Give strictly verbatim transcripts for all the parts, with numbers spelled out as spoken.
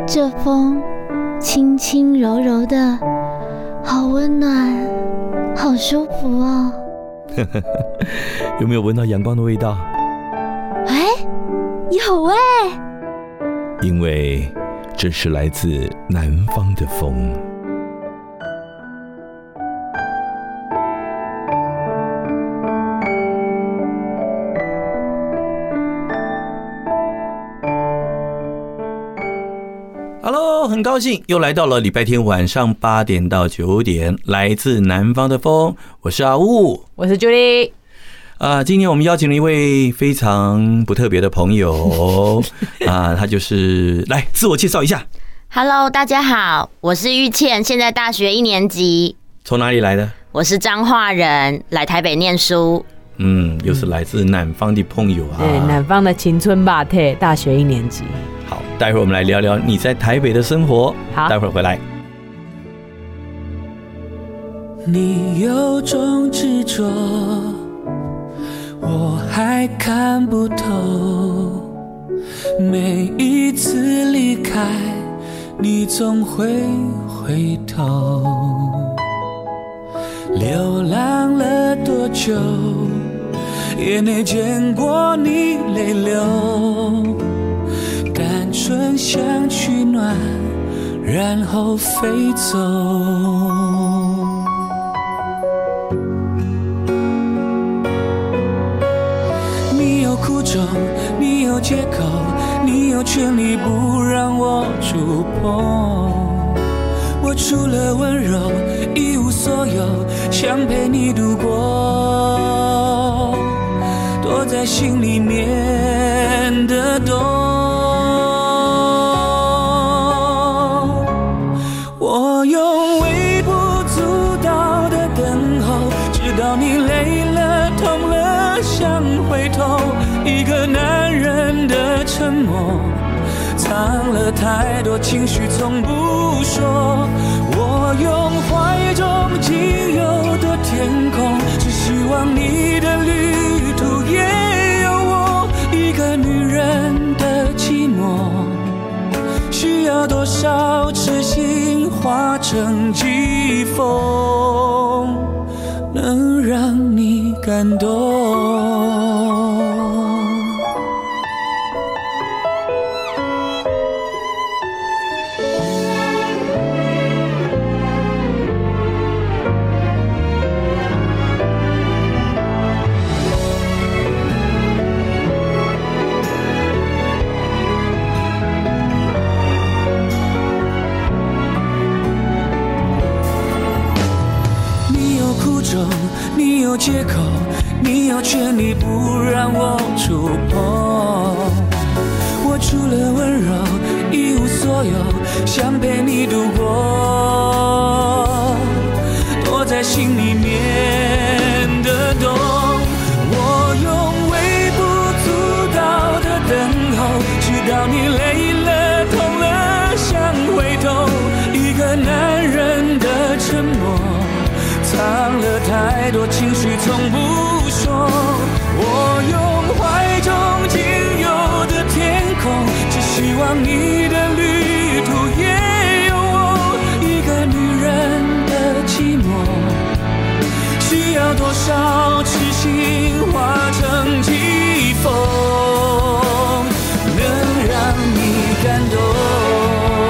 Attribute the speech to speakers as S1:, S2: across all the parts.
S1: 这风轻轻柔柔的，好温暖，好舒服哦。
S2: 有没有闻到阳光的味道？
S1: 哎，有哎。
S2: 因为这是来自南方的风。Hello， 很高兴又来到了礼拜天晚上八点到九点，来自南方的风，我是阿雾，
S3: 我是 Julie。
S2: 啊，今天我们邀请了一位非常不特别的朋友啊，他就是来自我介绍一下。
S4: Hello， 大家好，我是玉倩，现在大学一年级。
S2: 从哪里来的？
S4: 我是彰化人，来台北念书。
S2: 嗯，又是来自南方的朋友啊。
S3: 对，南方的青春吧特，大学一年级。
S2: 好，待会儿我们来聊聊你在台北的生活。
S3: 好，
S2: 待会儿回来。
S5: 你有种执着，我还看不透。每一次离开，你总会回头。流浪了多久，也没见过你泪流。单纯想取暖，然后飞走。你有苦衷，你有借口，你有权利不让我触碰。我除了温柔一无所有，想陪你度过躲在心里面的洞。我用微不足道的等候，直到你累了痛了想回头。一个男人的沉默，藏了太多情绪从不说。我用怀中仅有的天空，只希望你的旅途也有我。一个女人的寂寞，需要多少痴心化成疾风，能让你感动。你有借口，你有权利不让我触碰。我除了温柔一无所有，想陪你度过躲在心里面的洞。我用微不足道的等候，直到你累了痛了想回头。一个男人的沉默，藏了太多情绪从不说。我用怀中仅有的天空，只希望你的旅途也有我。一个女人的寂寞，需要多少痴心化成疾风，能让你感动。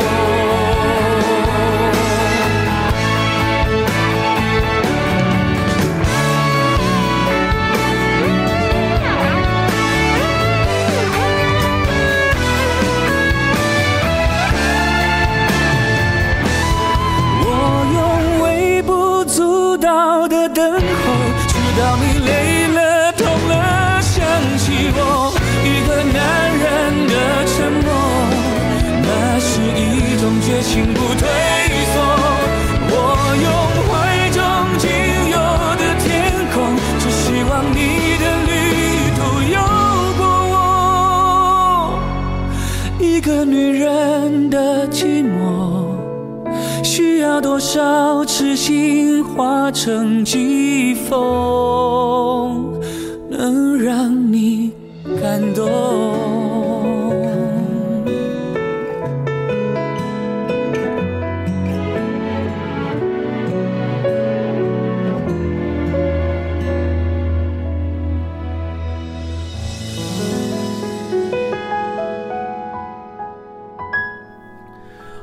S5: 等候，直到你累了痛了想起我。一个男人的沉默，那是一种决心不退缩。我用怀中仅有的天空，只希望你的旅途有过我。一个女人的寂寞，需要多少痴心化成疾风，能让你感动。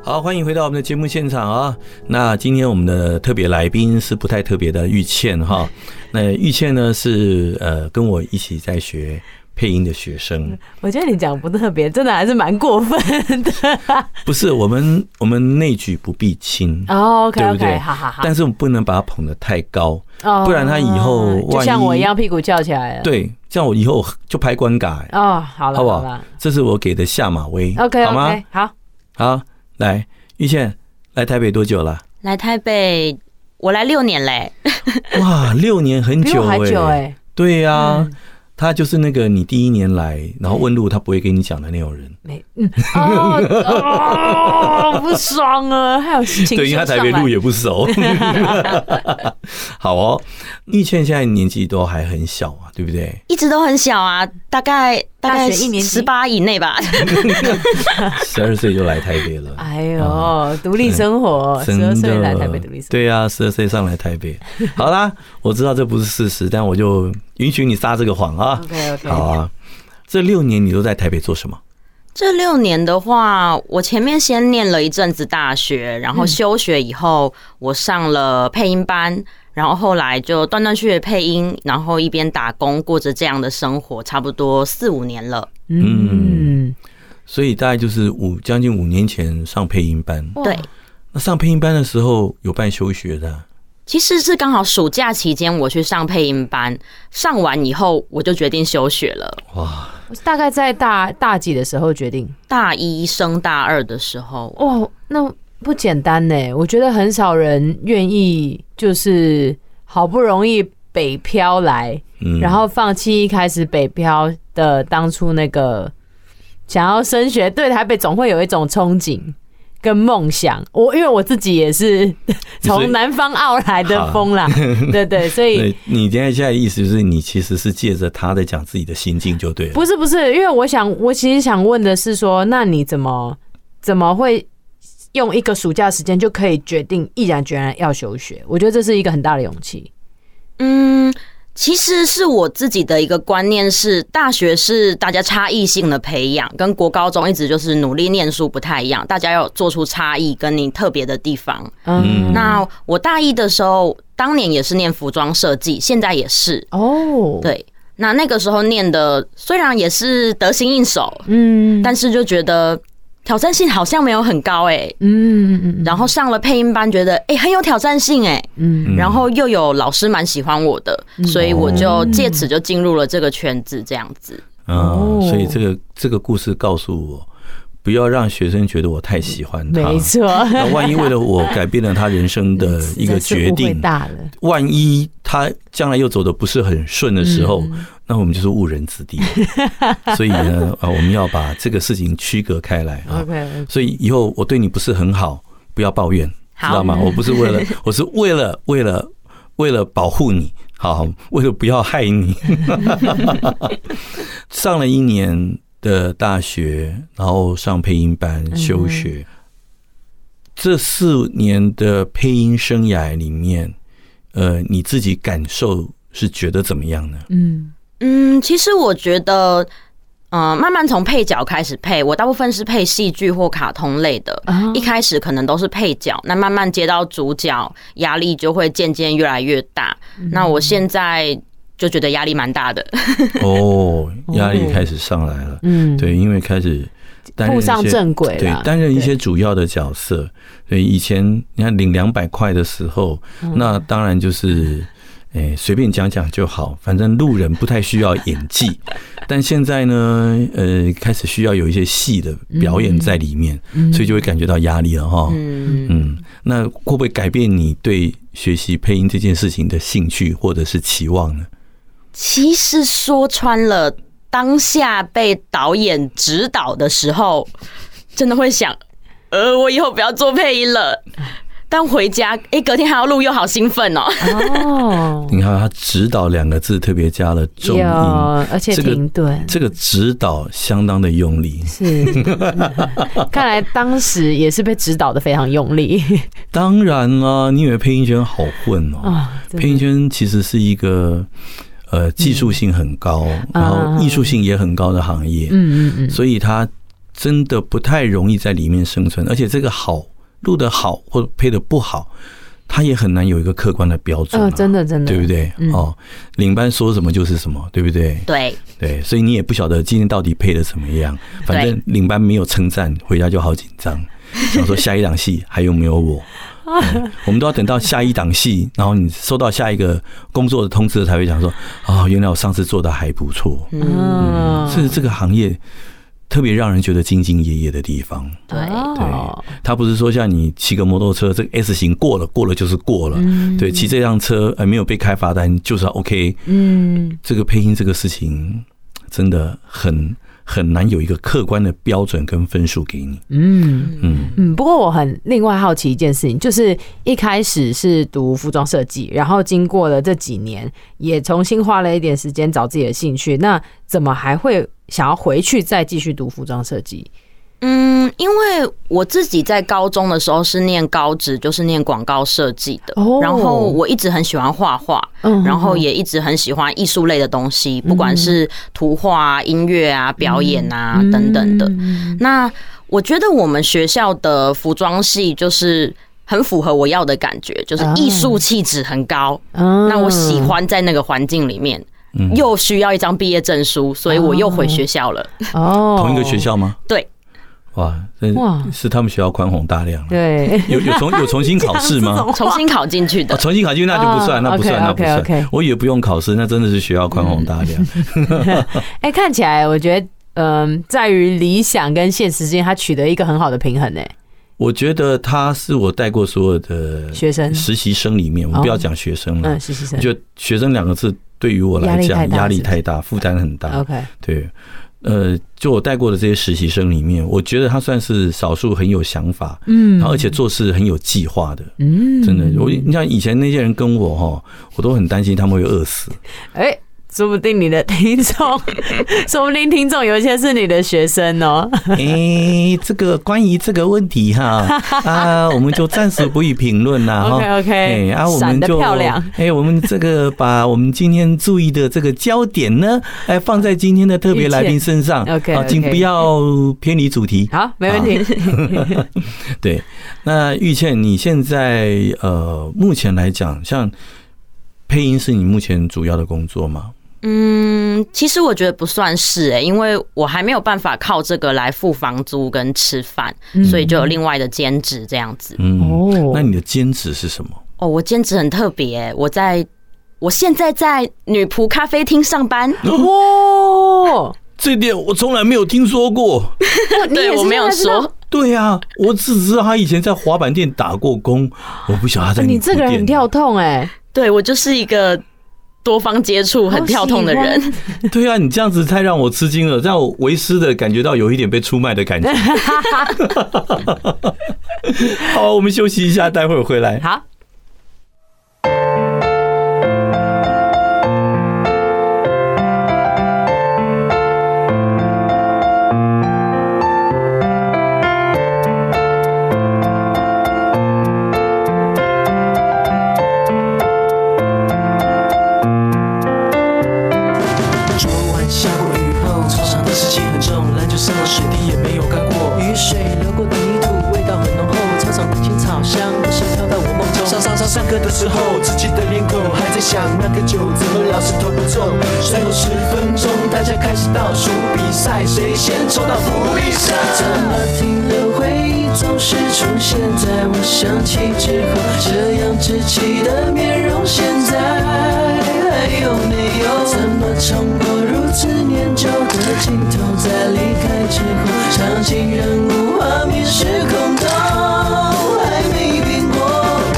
S2: 好，欢迎回到我们的节目现场啊！那今天我们的特别来宾是不太特别的玉倩哈。那玉倩呢是呃跟我一起在学配音的学生。
S3: 我觉得你讲不特别，真的还是蛮过分的。
S2: 不是，我们我们内举不避亲
S3: 哦 ，OK
S2: 对不对？
S3: OK， 好好好。
S2: 但是我们不能把他捧得太高，
S3: 哦，
S2: 不然他以后万一
S3: 就像我一样屁股翘起来了。
S2: 对，这样我以后就拍关嘎、欸。
S3: 哦，好了，
S2: 好不
S3: 好了，
S2: 这是我给的下马威
S3: ，OK
S2: 好吗
S3: OK， 好，
S2: 好，来，玉倩来台北多久了？
S4: 来台北，我来六年嘞、
S2: 欸。哇，六年很久哎、欸，
S3: 还久哎、欸。
S2: 对呀、啊。
S3: 嗯，
S2: 他就是那个你第一年来，然后问路他不会跟你讲的那种人。
S3: 没，嗯，哦哦，不爽啊，还有情绪。
S2: 对，因为他台北路也不熟。好哦，玉倩现在年纪都还很小啊，对不对？
S4: 一直都很小啊，大概大概十八以内吧。
S2: 十二岁就来台北了。
S3: 哎呦，独立生活，十二岁来台北独立生活。
S2: 对啊，十二岁上来台北。好啦，我知道这不是事实，但我就允许你撒这个谎啊。
S3: OK OK。
S2: 好啊，这六年你都在台北做什么？
S4: 这六年的话，我前面先念了一阵子大学，然后休学以后，我上了配音班，然后后来就断断续续配音，然后一边打工，过着这样的生活，差不多四五年了。
S2: 嗯，所以大概就是五将近五年前上配音班。
S4: 对，
S2: 那上配音班的时候有办休学的？
S4: 其实是刚好暑假期间我去上配音班，上完以后我就决定休学了。
S2: 哇！
S3: 大概在大大几的时候决定？
S4: 大一升大二的时候。
S3: 哇，那不简单呢。我觉得很少人愿意，就是好不容易北漂来，嗯、然后放弃一开始北漂的当初那个想要升学，对台北总会有一种憧憬跟梦想。我因为我自己也是从南方澳来的风啦，对对，所以
S2: 你现在现在的意思就是你其实是借着他在讲自己的心境就对了。
S3: 不是不是，因为我想我其实想问的是说，那你怎么怎么会用一个暑假时间就可以决定毅然决然要休学？我觉得这是一个很大的勇气。
S4: 嗯。其实是我自己的一个观念是，大学是大家差异性的培养，跟国高中一直就是努力念书不太一样，大家要做出差异跟你特别的地方。嗯，那我大一的时候，当年也是念服装设计，现在也是哦。对，那那个时候念的虽然也是得心应手，嗯，但是就觉得挑战性好像没有很高哎、欸，嗯嗯，然后上了配音班，觉得哎、欸、很有挑战性哎、欸，嗯，然后又有老师蛮喜欢我的，所以我就借此就进入了这个圈子，这样子。
S2: 哦，所以这个这个故事告诉我，不要让学生觉得我太喜欢他，
S3: 没错。
S2: 那万一为了我改变了他人生的一个决定，万一他将来又走的不是很顺的时候。嗯，那我们就是误人子弟，所以呢，啊，我们要把这个事情区隔开来啊。所以以后我对你不是很好，不要抱怨，知道吗？我不是为了，我是为了为了为了保护你，好，为了不要害你。上了一年的大学，然后上配音班休学，这四年的配音生涯里面，呃，你自己感受是觉得怎么样呢？嗯。
S4: 嗯，其实我觉得，呃，慢慢从配角开始配，我大部分是配戏剧或卡通类的，一开始可能都是配角，那慢慢接到主角，压力就会渐渐越来越大。那我现在就觉得压力蛮大的。
S2: 哦，压力开始上来了，嗯，对，因为开始
S3: 步上正轨了，
S2: 对，担任一些主要的角色。对，以前你看领两百块的时候，那当然就是。哎，随便讲讲就好，反正路人不太需要演技。但现在呢，呃，开始需要有一些戏的表演在里面，所以就会感觉到压力了哈。嗯，那会不会改变你对学习配音这件事情的兴趣或者是期望呢？
S4: 其实说穿了，当下被导演指导的时候，真的会想，呃，我以后不要做配音了。但回家，哎，隔天还要录，又好兴奋哦！
S3: 哦，
S2: 你看他指导两个字特别加了重音，
S3: 而且停顿，
S2: 这个指导相当的用力。
S3: 是，看来当时也是被指导的非常用力。
S2: 当然啦，你以为配音圈好混哦？哦，配音圈其实是一个呃技术性很高，嗯、然后艺术性也很高的行业。嗯嗯嗯，所以他真的不太容易在里面生存，而且这个好录得好或者配得不好，它也很难有一个客观的标准、啊
S3: 哦，真的真的，
S2: 对不对？嗯、哦，领班说什么就是什么，对不对？
S4: 对
S2: 对，所以你也不晓得今天到底配的怎么样，反正领班没有称赞，回家就好紧张，想说下一档戏还有没有我。我们都要等到下一档戏，然后你收到下一个工作的通知才会讲说，哦，原来我上次做的还不错。嗯，是这个行业特别让人觉得兢兢业业的地方。
S4: 对
S2: 对，他不是说像你骑个摩托车，这个 S 型过了，过了就是过了。嗯、对，骑这辆车呃没有被开罚单就是 OK。嗯，这个配音这个事情真的很。很难有一个客观的标准跟分数给你。
S3: 嗯嗯嗯。不过我很另外好奇一件事情，就是一开始是读服装设计，然后经过了这几年，也重新花了一点时间找自己的兴趣。那怎么还会想要回去再继续读服装设计？
S4: 嗯，因为我自己在高中的时候是念高职，就是念广告设计的。Oh. 然后我一直很喜欢画画，然后也一直很喜欢艺术类的东西，不管是图画啊、音乐啊、表演啊等等的。那我觉得我们学校的服装系就是很符合我要的感觉，就是艺术气质很高。那我喜欢在那个环境里面。又需要一张毕业证书，所以我又回学校了。
S3: 哦，
S2: 同一个学校吗？
S4: 对。
S2: 哇，是他们学校宽宏大量。
S3: 对，
S2: 有有重有重新考试吗？
S4: 重新考进去的、
S2: 哦，重新考进去那就不算，那不算，那不算。Okay, okay, okay. 我以为不用考试，那真的是学校宽宏大量。
S3: 哎、欸，看起来我觉得，嗯、呃，在于理想跟现实之间，他取得一个很好的平衡。哎，
S2: 我觉得他是我带过所有的
S3: 学生
S2: 实习生里面，我们不要讲学生了，
S3: 嗯，实习生，
S2: 我觉得学生两个字对于我来讲压力太大，负担很大。
S3: OK， 对。
S2: 呃，就我带过的这些实习生里面，我觉得他算是少数很有想法，嗯，然后而且做事很有计划的，嗯，真的，我你像以前那些人跟我哈，我都很担心他们会饿死，
S3: 哎、欸。说不定你的听众，说不定听众有一些是你的学生哦。
S2: 哎、欸，这个关于这个问题哈啊，我们就暂时不予评论啦。
S3: OK OK，
S2: 哎、欸、啊，我们就哎、欸，我们这个把我们今天注意的这个焦点呢，哎，放在今天的特别来宾身上。
S3: OK，
S2: 请不要偏离主题。
S3: 好，没问题。
S2: 对，那玉倩，你现在呃，目前来讲，像配音是你目前主要的工作吗？
S4: 嗯，其实我觉得不算是哎、欸，因为我还没有办法靠这个来付房租跟吃饭，嗯、所以就有另外的兼职这样子。
S2: 嗯，哦，那你的兼职是什么？
S4: 哦，我兼职很特别、欸，我在我现在在女仆咖啡厅上班。
S2: 哦，这点我从来没有听说过。
S4: 对，我没有说。
S2: 对啊，我只知道他以前在滑板店打过工，我不晓得他在女仆店。
S3: 你这个人很跳痛哎、欸。
S4: 对，我就是一个。多方接触很跳痛的人，
S2: 对啊，你这样子太让我吃惊了，让我为师的感觉到有一点被出卖的感觉。好，我们休息一下，待会儿回来。
S3: 好。
S6: 上课的时候，自己的脸孔还在想那个酒怎么老是投不中。最后十分钟，大家开始倒数比赛，谁先抽到福利箱？怎么停留回忆总是出现在我想起之后，这样稚气的面容，现在还有没有？怎么冲过如此念旧的镜头，在离开之后，场景人物画面时空都还没变过。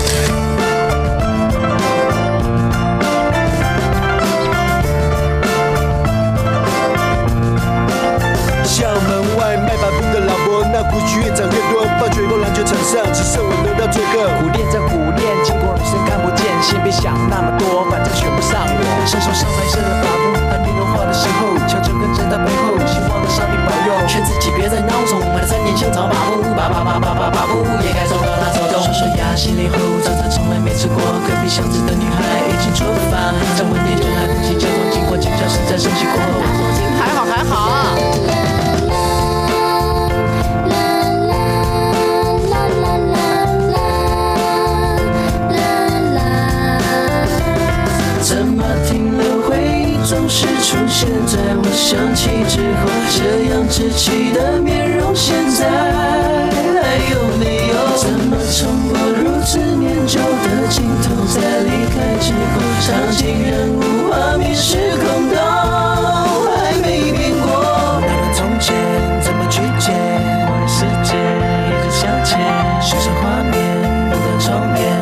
S6: 校门外卖把布的老伯，那故事越长越多。放学后篮球场上，只剩我留到最后。苦练在苦练，经过女生看不见，先别想那么多，反正选不上我。伸手上白色的发布，还没融化的时候，悄悄跟在他背后，希望的上帝保佑。劝自己别再孬种，买了三年香草把布，把把把把把把布也该走了，那走动。刷刷牙洗脸后，早餐从来没吃过。隔壁巷子的女孩已经出发，在问天人还不及交通经过，警察是在升旗过后。还好还好啊。 想起之后，这样稚气的面容，现在还有没有？怎么重播如此念旧的镜头，在离开之后，场景人物画面时空都还没变过。那个从前怎么去见？我的世界一直向前，手上画面不断重演。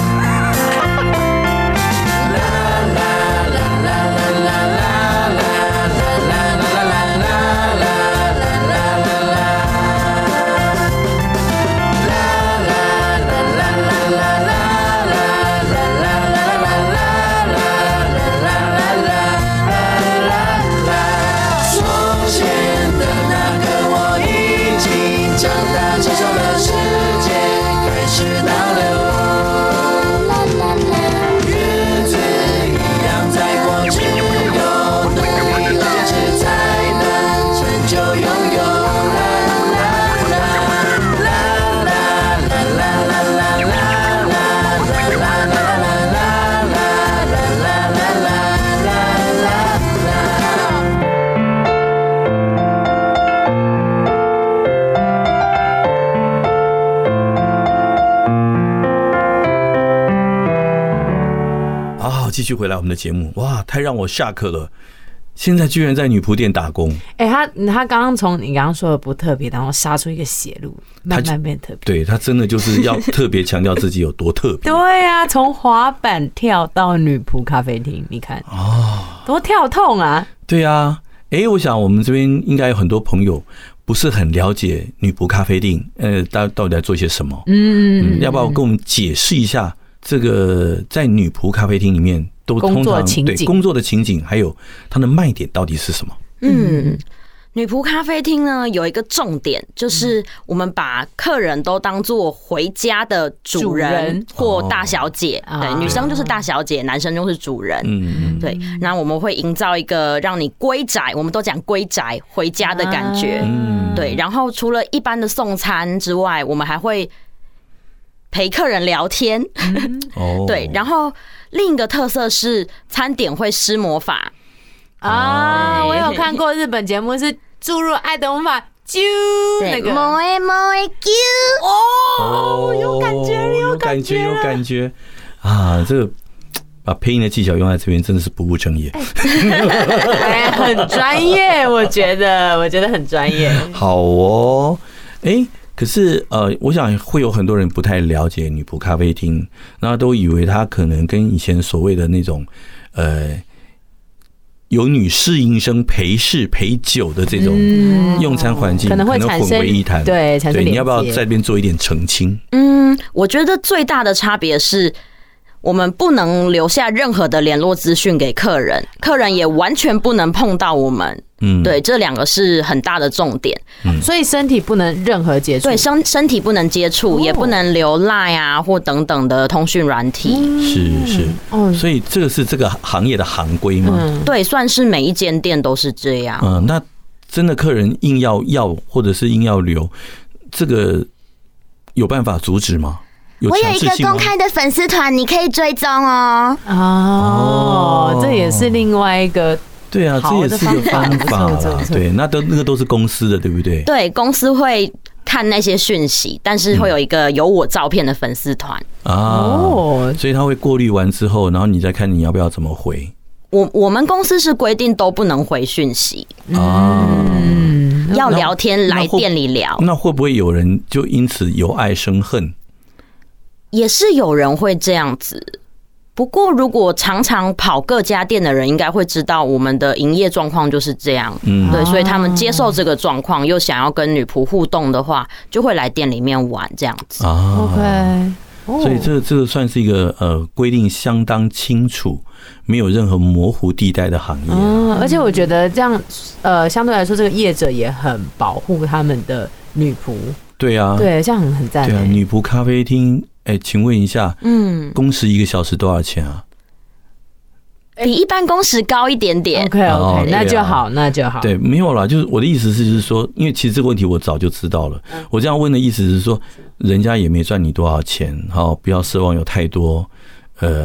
S2: 继续回来我们的节目，哇，太让我下课了！现在居然在女仆店打工。
S3: 哎、欸，他他刚刚从你刚刚说的不特别，然后杀出一个血路，慢慢变特别。
S2: 对，他真的就是要特别强调自己有多特别。
S3: 对啊，从滑板跳到女仆咖啡厅，你看哦，多跳痛啊！
S2: 对啊，哎、欸，我想我们这边应该有很多朋友不是很了解女仆咖啡厅，呃，到到底在做些什么？嗯嗯，要不要跟我们解释一下？这个在女仆咖啡厅里面都通常对工作的情景，还有它的卖点到底是什么？
S4: 嗯，女仆咖啡厅呢有一个重点，就是我们把客人都当作回家的主人或大小姐，对，女生就是大小姐，男生就是主人。嗯，对。那我们会营造一个让你归宅，我们都讲归宅回家的感觉。嗯，对。然后除了一般的送餐之外，我们还会陪客人聊天，嗯、对，然后另一个特色是餐点会施魔法
S3: 啊！我有看过日本节目，是注入爱的魔法，啾，那个
S1: 魔诶魔诶啾，
S3: 哦，有感觉，有感觉，
S2: 有感觉啊！这个把配音的技巧用在这边，真的是不务正业，
S3: 哎，很专业，我觉得，我觉得很专业。
S2: 好哦，哎、欸。可是呃，我想会有很多人不太了解女仆咖啡厅，然后都以为它可能跟以前所谓的那种呃有女侍应生陪侍陪酒的这种用餐环境可能会混为一谈。
S3: 对，产生
S2: 对，你要不要在这边做一点澄清？
S4: 嗯，我觉得最大的差别是，我们不能留下任何的联络资讯给客人，客人也完全不能碰到我们。嗯，对，这两个是很大的重点。
S3: 嗯，所以身体不能任何接触，
S4: 对，身身体不能接触，也不能留 LINE 啊或等等的通讯软体。
S2: 是是，所以这个是这个行业的行规吗？
S4: 嗯，对，算是每一间店都是这样。
S2: 嗯，那真的客人硬要要或者是硬要留，这个有办法阻止吗？
S1: 我有一个公开的粉丝团，你可以追踪哦。
S3: 哦，这也是另外一个。
S2: 对啊，这也是一个方法啦。对，那都那个都是公司的，对不对？
S4: 对，公司会看那些讯息，但是会有一个有我照片的粉丝团
S2: 啊，所以他会过滤完之后，然后你再看你要不要怎么回。
S4: 我我们公司是规定都不能回讯息啊，嗯，要聊天来店里聊。
S2: 那会不会有人就因此由爱生恨？
S4: 也是有人会这样子。不过，如果常常跑各家店的人，应该会知道我们的营业状况就是这样。嗯，对，所以他们接受这个状况，又想要跟女仆互动的话，就会来店里面玩这样子。
S2: 啊 ，OK， 所以这这个算是一个呃规定相当清楚，没有任何模糊地带的行业。
S3: 嗯，而且我觉得这样呃相对来说，这个业者也很保护他们的女仆。
S2: 对啊，
S3: 对，这样很很赞。
S2: 对啊，女仆咖啡厅。哎、欸，请问一下，嗯，工时一个小时多少钱啊？
S4: 比一般工时高一点点。
S3: OK OK， 那就好，那就好。
S2: 对，没有啦，就是我的意思是，就是说，因为其实这个问题我早就知道了。我这样问的意思是说，人家也没赚你多少钱，好，不要奢望有太多呃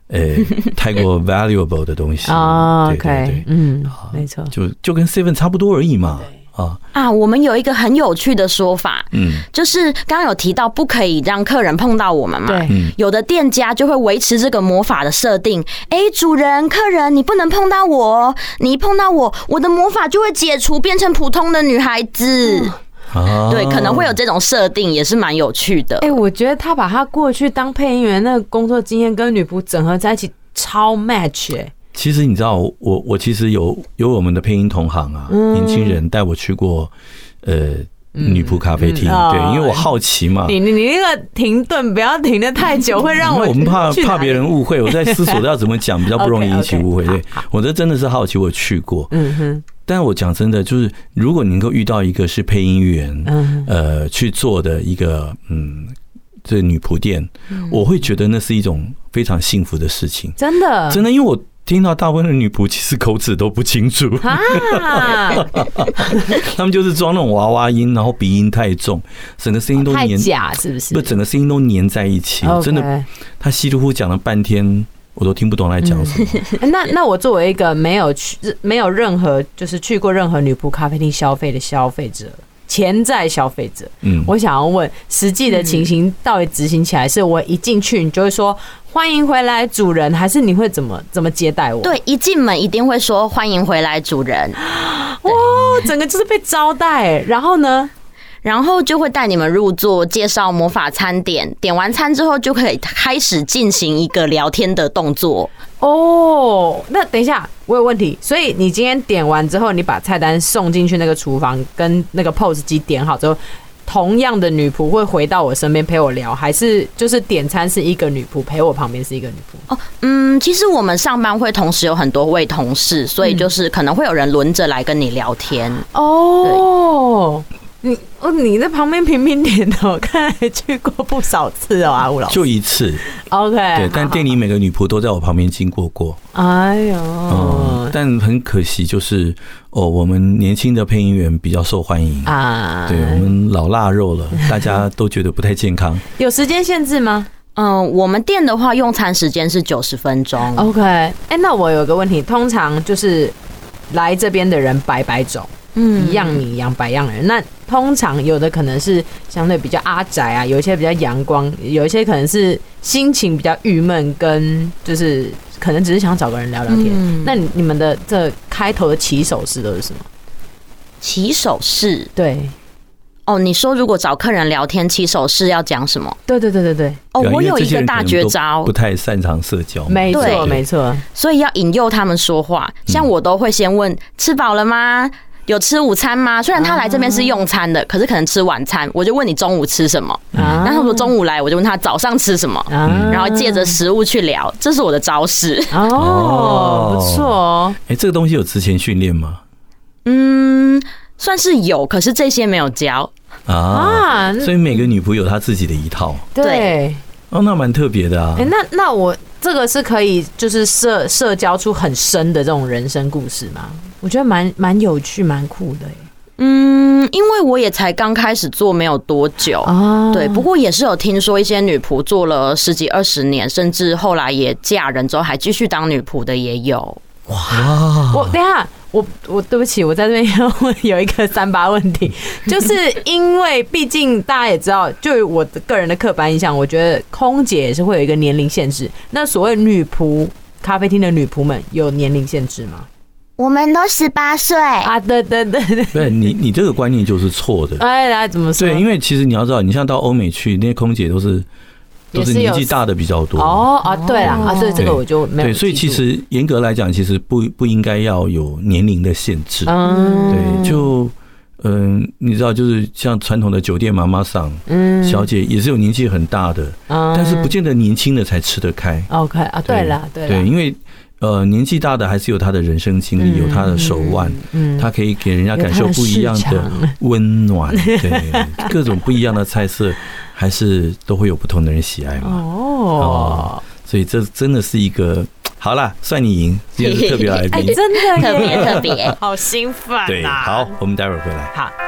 S2: 呃太过 valuable 的东西
S3: 啊。
S2: 对
S3: OK，
S2: 对对，
S3: 嗯，没错，
S2: 就就跟 Seven 差不多而已嘛。啊
S4: 啊，我们有一个很有趣的说法，嗯，就是刚刚有提到不可以让客人碰到我们嘛，
S3: 对，
S4: 有的店家就会维持这个魔法的设定，哎、欸，主人、客人，你不能碰到我，你一碰到我，我的魔法就会解除，变成普通的女孩子。嗯对，可能会有这种设定，也是蛮有趣的。
S3: 哎、欸，我觉得他把他过去当配音员那个工作经验跟女仆整合在一起，超 match 哎、欸。
S2: 其实你知道，我我其实有有我们的配音同行啊，嗯、年轻人带我去过呃女仆咖啡厅，嗯嗯、对，因为我好奇嘛。
S3: 你你你那个停顿不要停得太久，会让我
S2: 我们怕怕别人误会，我在思索要怎么讲比较不容易引起误会。对，我这真的是好奇，我去过。嗯哼。但我讲真的，就是如果你能够遇到一个是配音员，嗯、呃，去做的一个嗯，这女仆店，嗯、我会觉得那是一种非常幸福的事情。
S3: 真的，
S2: 真的，因为我听到大部分的女仆其实口齿都不清楚，啊、他们就是装那种娃娃音，然后鼻音太重，整个声音都黏，
S3: 太假是不是？
S2: 不，整个声音都黏在一起，
S3: okay.
S2: 真的，他稀里糊涂讲了半天。我都听不懂他在讲什么。
S3: 嗯、那那我作为一个没有去没有任何就是去过任何女仆咖啡厅消费的消费者，潜在消费者，嗯，我想要问，实际的情形到底执行起来，是我一进去你就会说欢迎回来主人，还是你会怎么怎么接待我？
S4: 对，一进门一定会说欢迎回来主人。
S3: 哇，整个就是被招待。然后呢？
S4: 然后就会带你们入座，介绍魔法餐点。点完餐之后，就可以开始进行一个聊天的动作。
S3: 哦，那等一下，我有问题。所以你今天点完之后，你把菜单送进去那个厨房，跟那个 P O S 机点好之后，同样的女仆会回到我身边陪我聊，还是就是点餐是一个女仆，陪我旁边是一个女仆？
S4: 哦，嗯，其实我们上班会同时有很多位同事，所以就是可能会有人轮着来跟你聊天。
S3: 哦。你哦，你在旁边频频点头，看来去过不少次哦，阿吴老师。
S2: 就一次
S3: ，OK。
S2: 对，但店里每个女仆都在我旁边经过过。
S3: 哎呦，
S2: 嗯，但很可惜，就是哦，我们年轻的配音员比较受欢迎啊。对，我们老腊肉了，大家都觉得不太健康。
S3: 有时间限制吗？
S4: 嗯，我们店的话，用餐时间是九十分钟。
S3: OK。哎、欸，那我有个问题，通常就是来这边的人百百种。嗯，一样米养百样人。那通常有的可能是相对比较阿宅啊，有一些比较阳光，有一些可能是心情比较郁闷，跟就是可能只是想找个人聊聊天。嗯、那你们的这开头的起手式都是什么？
S4: 起手式，
S3: 对。
S4: 哦，你说如果找客人聊天，起手式要讲什么？
S3: 对对对对对。
S4: 哦，我有一个大绝招，
S2: 不太擅长社交。
S3: 没错没错。
S4: 所以要引诱他们说话，像我都会先问：吃饱了吗？有吃午餐吗？虽然他来这边是用餐的，可是可能吃晚餐，我就问你中午吃什么。那他说中午来，我就问他早上吃什么，然后借着食物去聊，这是我的招式。
S3: 哦，不错哦。
S2: 哎，这个东西有之前训练吗？
S4: 嗯，算是有，可是这些没有教
S2: 啊。所以每个女仆有她自己的一套。
S3: 对。
S2: 哦，那蛮特别的啊。
S3: 哎，那那我这个是可以就是社社交出很深的这种人生故事吗？我觉得蛮蛮有趣，蛮酷的。
S4: 嗯，因为我也才刚开始做没有多久，哦、对，不过也是有听说一些女仆做了十几二十年，甚至后来也嫁人之后还继续当女仆的也有。
S3: 哇！我等一下，我我对不起，我在这边要问有一个三八问题，就是因为毕竟大家也知道，就我的个人的刻板印象，我觉得空姐也是会有一个年龄限制。那所谓女仆咖啡厅的女仆们有年龄限制吗？
S1: 我们都十八岁
S3: 啊！对对对对，
S2: 对你你这个观念就是错的。
S3: 哎，来怎么说？
S2: 对，因为其实你要知道，你像到欧美去，那些空姐都是都是年纪大的比较多。
S3: 哦啊，对啦啊，对这个我就没有。
S2: 对，所以其实严格来讲，其实不不应该要有年龄的限制。嗯，对，就嗯，你知道，就是像传统的酒店妈妈桑，嗯，小姐也是有年纪很大的，但是不见得年轻的才吃得开。
S3: OK 啊，对啦，对
S2: 对，因为。呃，年纪大的还是有他的人生经历，有他的手腕，他可以给人家感受不一样的温暖，对，各种不一样的菜色，还是都会有不同的人喜爱嘛。哦，所以这真的是一个，好啦，算你赢，今天是特别来宾，
S3: 真的
S4: 特别特别，
S3: 好兴奋啊！
S2: 对，好，我们待会儿回来。
S3: 好。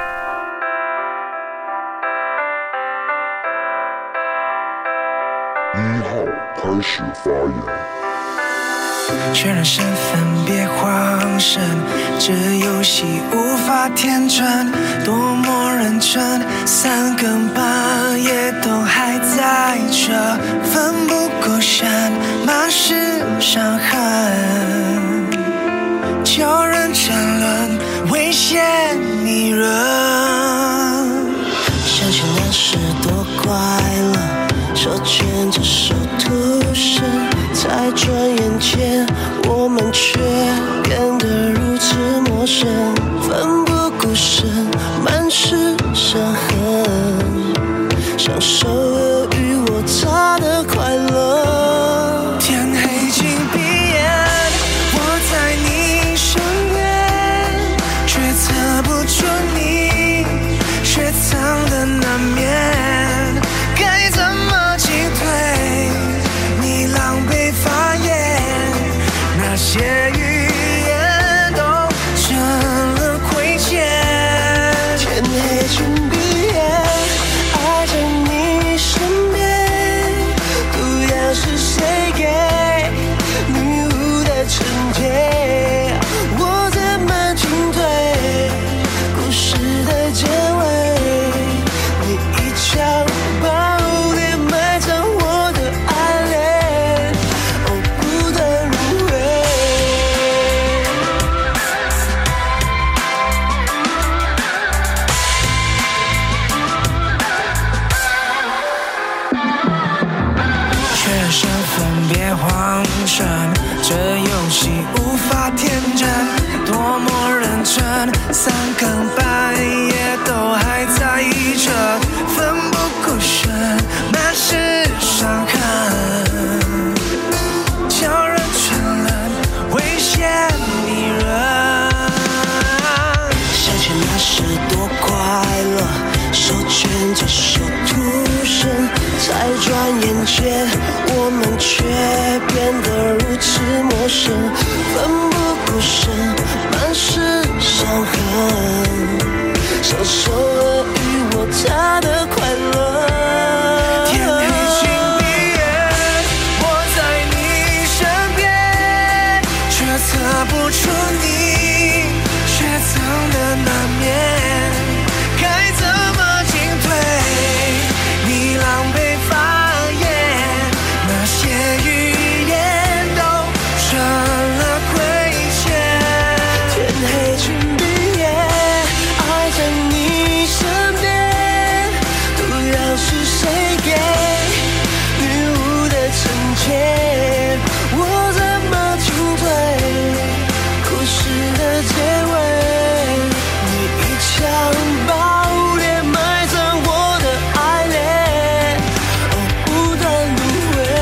S7: 一号开始发言。 确认身份别慌神，这游戏无法天真，多么认真，三更半夜都还在这，奋不顾身，满是伤痕，叫人沉沦，危险迷人。想起那时多快乐，手牵着手徒生，才转眼间我们却变得如此陌生，奋不顾身，满是伤痕，享受尔虞我诈的快乐。天黑请闭眼，我在你身边，却测不出你雪藏的难眠，该怎么进退？你狼狈发言，那些语言都成了亏欠。天黑请闭眼，爱在你身边，毒药是谁给女巫的惩戒？我怎么进退？故事的结尾，你一枪爆裂埋葬我的爱恋，哦，不断轮回。确认身份别慌神，这游戏无法天真，多么认真，三更半夜都还在意着，奋不顾身，满是伤痕，叫人沉沦，危险迷人。想起那时多快乐，手牵着手徒生，才转眼间我们却变得如此陌生，奋不顾身，满是伤痕，享受尔虞我诈的快乐。天黑请闭眼，我在你身边，却测不出你雪藏的难眠，该怎么进退？你狼狈发言，那些语言都成了亏欠。天黑请闭眼，爱在你身边，毒药是谁给女巫的惩戒？我怎么进退？故事的结尾，你一枪爆裂埋葬我的爱恋，哦，不断轮回。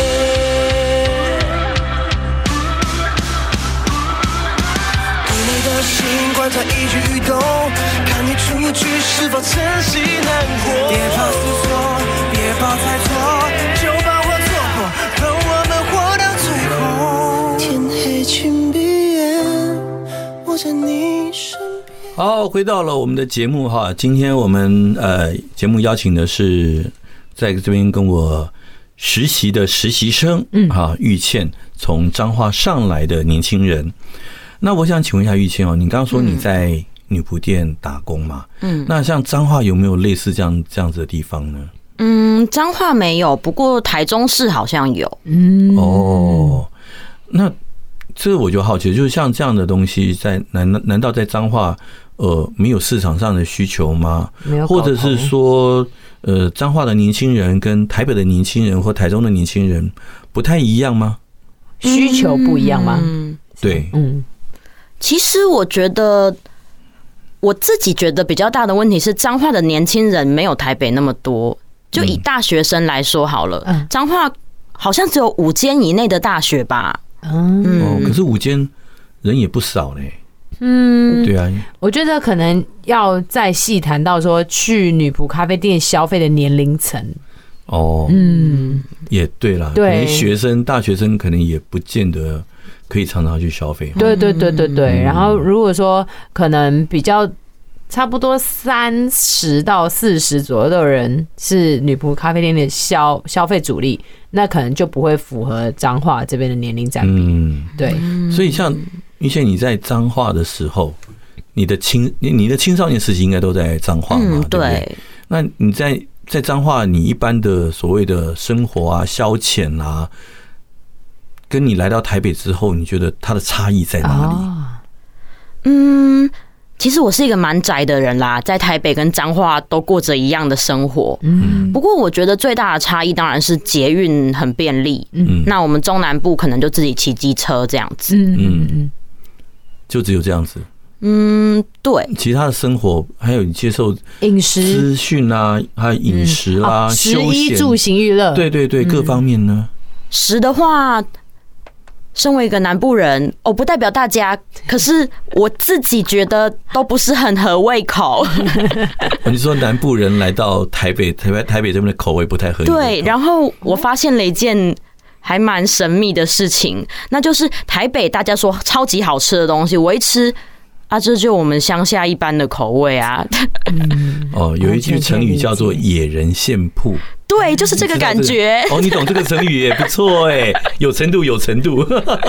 S7: 对你的心观察一举一动，看你出局是否珍惜难过。别怕思索，别怕猜错，就把我戳破，让我们活到最后。天黑请闭眼，我在你身边。
S2: 好，回到了我们的节目哈，今天我们呃节目邀请的是在这边跟我实习的实习生，嗯，哈，玉倩，从彰化上来的年轻人。那我想请问一下玉倩哦，你刚刚说你在女仆店打工嘛？嗯，那像彰化有没有类似这样这样子的地方呢？
S4: 嗯，彰化没有，不过台中市好像有。
S3: 嗯，
S2: 哦，那这个我就好奇，就是像这样的东西在，难难道在彰化呃没有市场上的需求吗？
S3: 没有，
S2: 或者是说呃彰化的年轻人跟台北的年轻人或台中的年轻人不太一样吗？
S3: 需求不一样吗？
S4: 嗯，
S2: 对，
S3: 嗯，
S4: 其实我觉得我自己觉得比较大的问题是，彰化的年轻人没有台北那么多。就以大学生来说好了，彰化好像只有五间以内的大学吧。
S2: 嗯，哦，可是五间人也不少嘞。
S3: 嗯，
S2: 对啊，
S3: 我觉得可能要再细谈到说去女仆咖啡店消费的年龄层。
S2: 哦，嗯，也对啦，对，学生、大学生可能也不见得可以常常去消费。
S3: 对对对对对。然后如果说可能比较差不多三十到四十左右的人是女仆咖啡店的消消费主力，那可能就不会符合彰化这边的年龄占比。嗯，对。
S2: 所以像以前你在彰化的时候，你的青你的青少年时期应该都在彰化嘛，
S4: 嗯，
S2: 对不对？那你在在彰化，你一般的所谓的生活啊、消遣啊，跟你来到台北之后，你觉得它的差异在哪里？哦、
S4: 嗯。其实我是一个蛮宅的人啦，在台北跟彰化都过着一样的生活。嗯，不过我觉得最大的差异当然是捷运很便利。嗯，那我们中南部可能就自己骑机车这样子。嗯
S2: 嗯，就只有这样子。
S4: 嗯，对。
S2: 其他的生活还有你接受
S3: 饮食
S2: 资讯啊，还有饮食啦、
S3: 嗯哦、
S2: 休
S3: 闲、食衣住行娱乐，
S2: 对对对，各方面呢。
S4: 食的话。身为一个南部人，我不代表大家，可是我自己觉得都不是很合胃口。
S2: 你说南部人来到台北，台北台北这边的口味不太合。
S4: 对，然后我发现了一件还蛮神秘的事情，那就是台北大家说超级好吃的东西，我一吃啊，这就我们乡下一般的口味啊。
S2: 哦，有一句成语叫做野人献曝。
S4: 对，就是这个感觉。
S2: 哦，你懂这个成语也不错哎，有程度，有程度。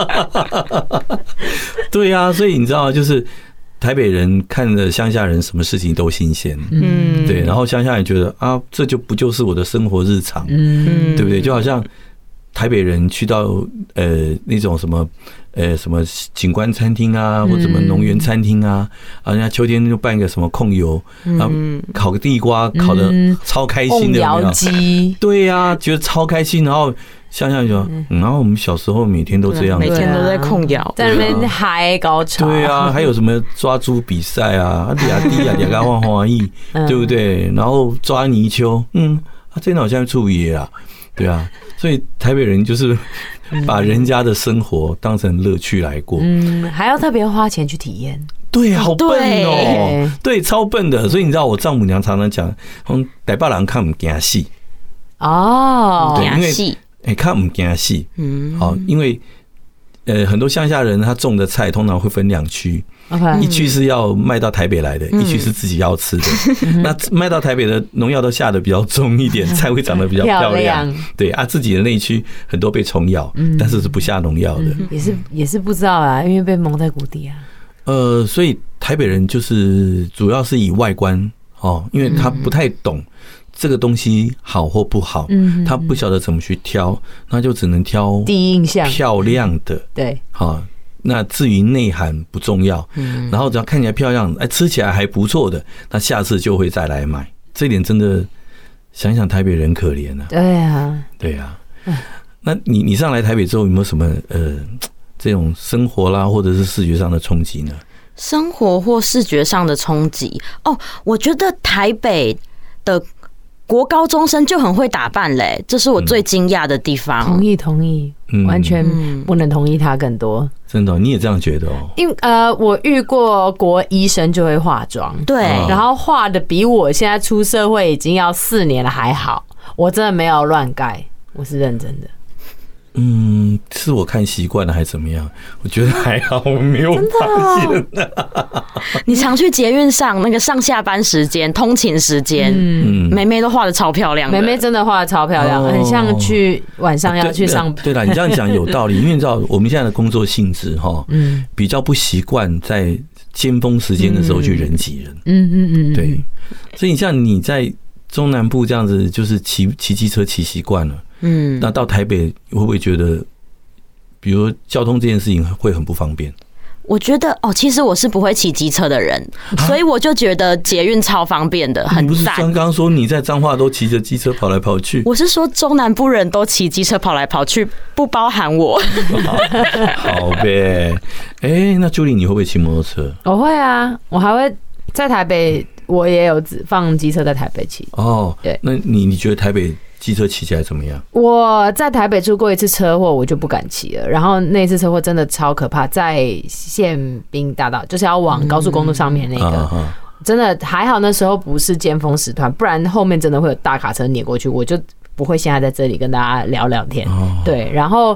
S2: 对啊，所以你知道，就是台北人看着乡下人什么事情都新鲜，嗯，对，然后乡下人觉得啊，这就不就是我的生活日常，嗯，对不对？就好像台北人去到呃那种什么。呃，什么景观餐厅啊，或者什么农园餐厅啊，啊，人家秋天就办一个什么控油，啊，烤个地瓜，烤的超开心的，
S3: 瓮窑鸡，
S2: 对呀、啊，觉得超开心。然后想想说，嗯，然后我们小时候每天都这样，
S4: 每天都在控窑，
S3: 在那边嗨高潮。
S2: 对啊，还有什么抓猪比赛啊，俩地啊，俩个花花艺，对不对？然后抓泥鳅，嗯，啊，这好像处理啊，对啊，所以台北人就是。把人家的生活当成乐趣来过，
S3: 嗯，还要特别花钱去体验，
S2: 对，好笨哦，对，超笨的。所以你知道，我丈母娘常常讲，从台北人看唔惊死
S3: 哦，
S2: 对，因为哎看唔惊死，嗯，好，因为呃很多乡下人他种的菜通常会分两区。一区是要卖到台北来的，一区是自己要吃的。那卖到台北的农药都下的比较重一点，菜会长得比较漂亮。对啊，自己的那一区很多被虫咬，但是是不下农药的。
S3: 也是也是不知道啊，因为被蒙在鼓底啊。
S2: 呃，所以台北人就是主要是以外观哦，因为他不太懂这个东西好或不好，他不晓得怎么去挑，那就只能挑
S3: 第一印象
S2: 漂亮的。
S3: 对，
S2: 好。那至于内涵不重要，然后只要看起来漂亮，哎，吃起来还不错的，那下次就会再来买。这一点真的想想台北人可怜啊。
S3: 对啊，
S2: 对啊。那你你上来台北之后有没有什么呃这种生活啦，或者是视觉上的冲击呢？
S4: 生活或视觉上的冲击哦，我觉得台北的国高中生就很会打扮嘞，这是我最惊讶的地方。
S3: 同意同意，完全不能同意他更多。
S2: 真的、哦，你也这样觉得哦？
S3: 因呃，我遇过国医生就会化妆，
S4: 对，
S3: 然后画的比我现在出社会已经要四年了还好。我真的没有乱盖，我是认真的。
S2: 嗯，是我看习惯了还是怎么样？我觉得还好，我没有发现。
S4: 你常去捷运上那个上下班时间、通勤时间，嗯，妹妹都画的超漂亮的，
S3: 妹妹真的画的超漂亮，哦、很像去晚上要去上班。
S2: 对啦，你这样讲有道理，因为你知道我们现在的工作性质哈，嗯，比较不习惯在尖峰时间的时候去人挤人，嗯嗯嗯，对，所以你像你在中南部这样子，就是骑骑机车骑习惯了。嗯，那到台北会不会觉得，比如交通这件事情会很不方便？
S4: 我觉得哦，其实我是不会骑机车的人，所以我就觉得捷运超方便的，很赞。
S2: 你不是刚刚说你在彰化都骑着机车跑来跑去？
S4: 我是说中南部人都骑机车跑来跑去，不包含我。
S2: 好呗，哎、欸，那Julie你会不会骑摩托车？
S3: 我会啊，我还会在台北，我也有放机车在台北骑。哦，对，
S2: 那你你觉得台北机车骑起来怎么样？
S3: 我在台北出过一次车祸，我就不敢骑了。然后那次车祸真的超可怕，在宪兵大道，就是要往高速公路上面那个，嗯、真的还好那时候不是尖峰时段，不然后面真的会有大卡车碾过去，我就不会现在在这里跟大家聊聊天。哦、对，然后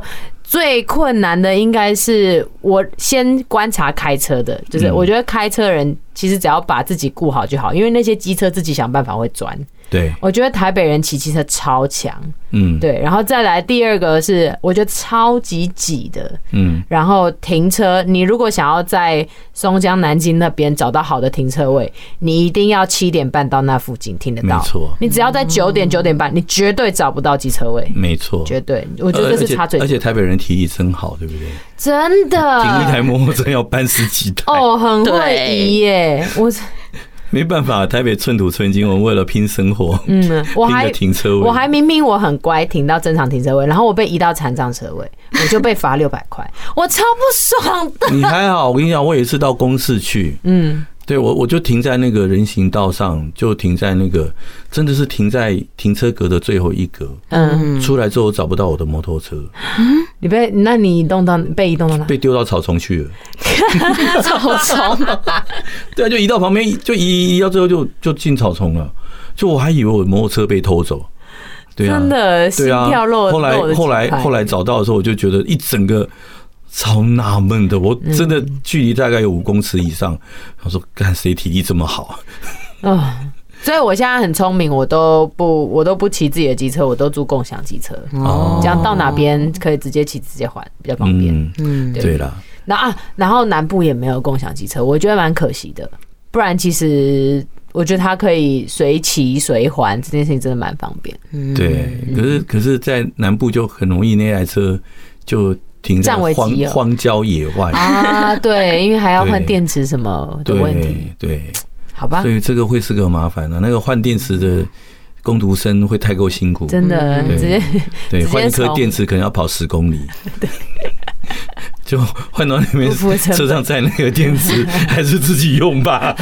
S3: 最困难的应该是我先观察开车的，就是我觉得开车人其实只要把自己顾好就好，因为那些机车自己想办法会钻。
S2: 对，
S3: 我觉得台北人骑机车超强，
S2: 嗯，
S3: 对，然后再来第二个是我觉得超级挤的，嗯，然后停车，你如果想要在松江南京那边找到好的停车位，你一定要七点半到那附近听得到，
S2: 没错，
S3: 你只要在九点九点半，你绝对找不到机车位，
S2: 没错，
S3: 绝对，我觉得这是差最多，
S2: 而且台北人体力真好，对不对？
S3: 真的，
S2: 停一台摩托车要搬十几台，
S3: 哦，很会移耶，我。
S2: 没办法，台北寸土寸金，我们为了拼生活，嗯，
S3: 我还
S2: 停车位，
S3: 我还明明我很乖，停到正常停车位，然后我被移到残障车位，我就被罚六百块，我超不爽的。
S2: 你还好，我跟你讲，我有一次到公视去，嗯，对我我就停在那个人行道上，就停在那个真的是停在停车格的最后一格，嗯，出来之后我找不到我的摩托车，
S3: 嗯，你被那你移动到被移动到哪？
S2: 被丢到草丛去了。
S4: 草丛，
S2: 对啊，就移到旁边，就移移到最后就就进草丛了。就我还以为我摩托车被偷走，对啊，
S3: 真的，心跳漏。
S2: 后来后来后来找到的时候，我就觉得一整个超纳闷的。我真的距离大概有五公尺以上，我说干谁体力这么好
S3: 啊？所以我现在很聪明，我都不我都不骑自己的机车，我都租共享机车，哦，这样到哪边可以直接骑直接还，比较方便。嗯，
S2: 嗯对啦。
S3: 然后啊，然后南部也没有共享机车，我觉得蛮可惜的。不然其实我觉得它可以随骑随还，这件事情真的蛮方便。
S2: 嗯，对。可是可是在南部就很容易那台车就停在荒荒郊野外
S3: 啊，对，因为还要换电池什么的问题。
S2: 对，对
S3: 好吧。
S2: 所以这个会是个麻烦啊。那个换电池的工读生会太够辛苦，
S3: 真的，直接
S2: 对换一颗电池可能要跑十公里。对。就换到那边车上载那个电池，还是自己用吧。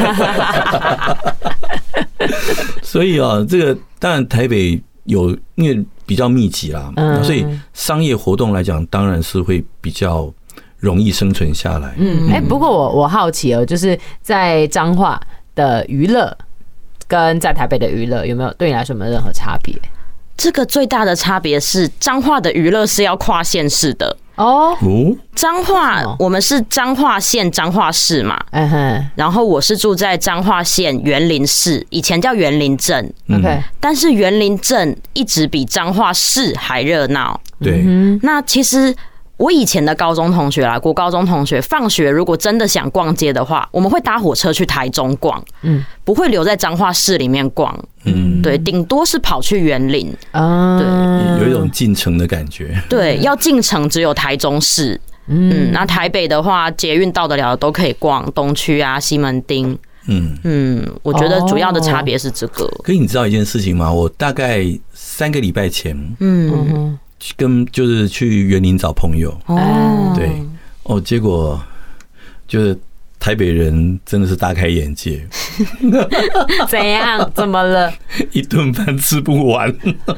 S2: 所以啊，这个当然台北有因为比较密集啦，所以商业活动来讲，当然是会比较容易生存下来。
S3: 嗯，哎，不过我我好奇哦，就是在彰化的娱乐跟在台北的娱乐有没有对你来说有没有任何差别？
S4: 这个最大的差别是彰化的娱乐是要跨县市的。
S3: 哦，
S4: 彰化我们是彰化县彰化市嘛，嗯哼，然后我是住在彰化县员林市，以前叫员林镇 ，OK， 但是员林镇一直比彰化市还热闹。
S2: 对，
S4: 那其实我以前的高中同学啦，国高中同学，放学如果真的想逛街的话，我们会搭火车去台中逛，嗯，不会留在彰化市里面逛，嗯，对，顶多是跑去员林啊，
S2: 对，有一种进城的感觉，
S4: 对，要进城只有台中市，嗯，那台北的话，捷运到得了的都可以逛，东区啊、西门町，嗯嗯，我觉得主要的差别是这个。
S2: 可是你知道一件事情吗？我大概三个礼拜前，嗯。跟就是去园林找朋友哦，对哦，结果就是台北人真的是大开眼界，
S3: 怎样？怎么了？
S2: 一顿饭吃不完，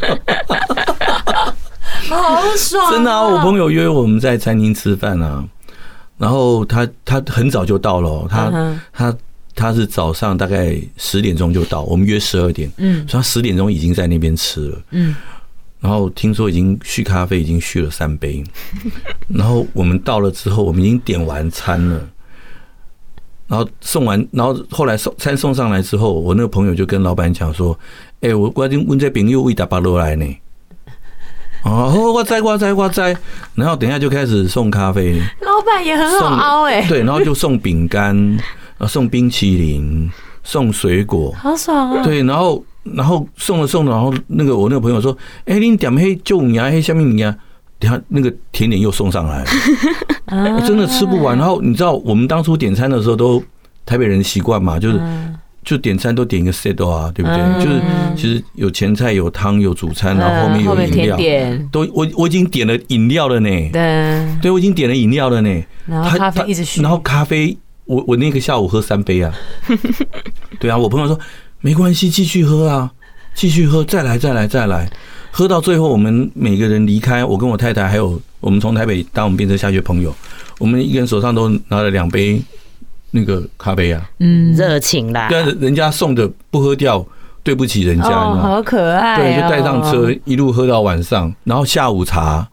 S3: 好爽！
S2: 真的啊！我朋友约我们在餐厅吃饭啊，然后他他很早就到了，他他他是早上大概十点钟就到，我们约十二点，嗯，所以他十点钟已经在那边吃了，嗯。然后听说已经续咖啡，已经续了三杯。然后我们到了之后，我们已经点完餐了。然后送完，然后后来送餐送上来之后，我那个朋友就跟老板讲说：“哎、欸，我我问这朋友为打巴罗来呢。”哦，我在我在我在。然后等一下就开始送咖啡。
S3: 老板也很好凹哎。
S2: 对，然后就送饼干，送冰淇淋，送水果，
S3: 好爽啊！
S2: 对，然后。然后送了送了，然后那个我那个朋友说：“哎、欸，你点黑就你啊，黑下面你啊，等下那个甜点又送上来了，我真的吃不完。然后你知道我们当初点餐的时候都台北人习惯嘛，就是就点餐都点一个 set 啊，对不对？就是其实有前菜有汤有主餐，然后后面有饮料，都我我已经点了饮料了呢，对，对我已经点了饮料了呢。
S3: 然后咖啡一直续，
S2: 然后咖啡我我那个下午喝三杯啊，对啊，我朋友说。”没关系，继续喝啊，继续喝，再来，再来，再来，喝到最后，我们每个人离开，我跟我太太还有我们从台北搭我们便车下去的朋友，我们一个人手上都拿了两杯那个咖啡啊，
S4: 嗯，热情啦，
S2: 对，人家送的不喝掉，对不起人家，
S3: 哦，好可爱，
S2: 对，就带上车一路喝到晚上，然后下午茶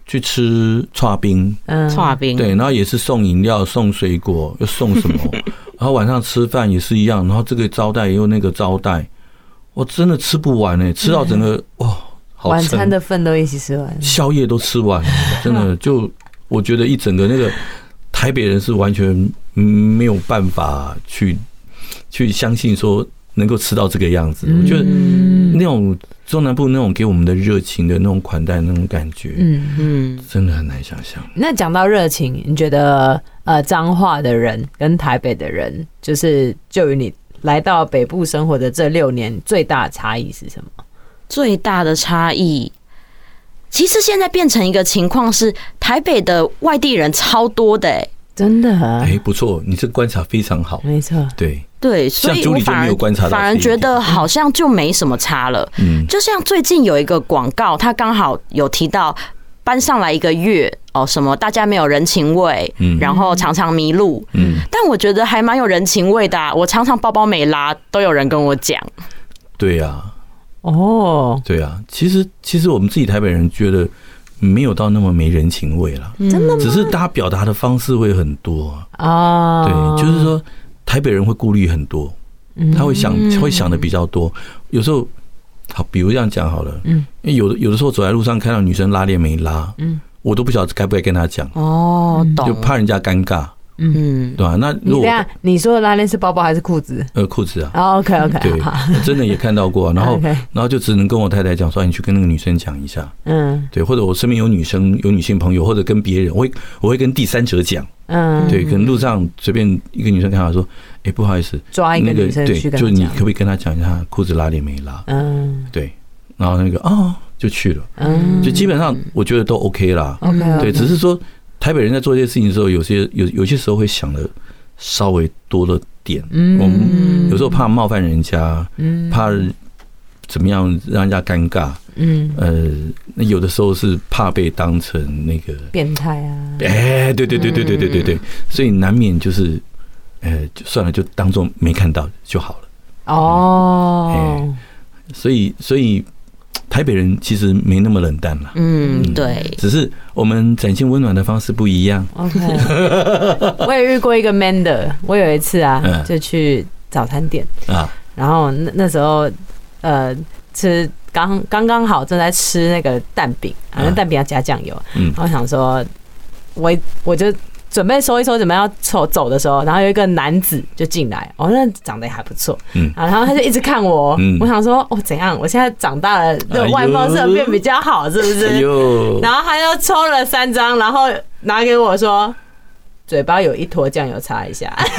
S2: 去吃剉冰，
S3: 嗯，
S4: 剉冰，
S2: 对，然后也是送饮料、送水果，又送什么，然后晚上吃饭也是一样，然后这个招待又那个招待，我真的吃不完哎、欸，吃到整个哇，好
S3: 晚餐的份都一起吃完，
S2: 宵夜都吃完了，真的就我觉得一整个那个台北人是完全没有办法去去相信说能够吃到这个样子，我觉得那种中南部那种给我们的热情的那种款待那种感觉，嗯嗯，真的很难想象。
S3: 那讲到热情，你觉得呃彰化的人跟台北的人，就是就于你来到北部生活的这六年，最大的差异是什么？
S4: 最大的差异，其实现在变成一个情况是，台北的外地人超多的、欸，
S3: 真的，
S2: 哎、欸，不错，你这观察非常好，
S3: 没错，
S2: 对。
S4: 对，所以我反而反而觉得好像就没什么差了。嗯，就像最近有一个广告，它刚好有提到搬上来一个月哦，什么大家没有人情味，嗯，然后常常迷路，嗯，但我觉得还蛮有人情味的、啊。我常常包包没拉，都有人跟我讲。
S2: 对呀、啊，
S3: 哦，
S2: 对啊，其实其实我们自己台北人觉得没有到那么没人情味了，
S3: 真的吗？
S2: 只是大家表达的方式会很多
S3: 啊，哦、
S2: 对，就是说。台北人会顾虑很多，他会想会想的比较多。有时候，好，比如这样讲好了，嗯，因为有的有的时候走在路上看到女生拉链没拉，嗯，我都不晓得该不该跟她讲，
S4: 哦，懂，
S2: 就怕人家尴尬，嗯，对吧？那如果
S3: 你说的拉链是包包还是裤子？
S2: 呃，裤子啊。
S3: 哦 OK OK，
S2: 对，真的也看到过，然后然后就只能跟我太太讲说，你去跟那个女生讲一下，嗯，对，或者我身边有女生有女性朋友，或者跟别人，我会我会跟第三者讲。嗯，对，可能路上随便一个女生看到说，哎、欸，不好意思，
S3: 抓一个女生去跟她讲，
S2: 对，就你可不可以跟她讲一下裤子拉链没拉？嗯，对，然后那个哦就去了，嗯，就基本上我觉得都 OK 啦
S3: ，OK，
S2: 对，只是说台北人在做这些事情的时候，有些有有些时候会想的稍微多了点，嗯，我们有时候怕冒犯人家，嗯，怕怎么样让人家尴尬。嗯，呃，那有的时候是怕被当成那个
S3: 变态啊，
S2: 哎、欸，对对对对对对对对，所以难免就是，呃，就算了，就当做没看到就好了。哦，欸、所以所以台北人其实没那么冷淡了。
S4: 嗯，对，
S2: 只是我们展现温暖的方式不一样。
S3: OK， 我也遇过一个 man 的，我有一次啊，就去早餐店啊，然后那那时候呃吃。刚刚刚好正在吃那个蛋饼，反正蛋饼要加酱油，然后想说，我我就准备收一收，准备要走走的时候，然后有一个男子就进来，哦，那长得也还不错，嗯，然后他就一直看我，我想说，哦，怎样？我现在长大了，那个外貌色变比较好，是不是？然后他就抽了三张，然后拿给我说。嘴巴有一坨酱油擦一下，而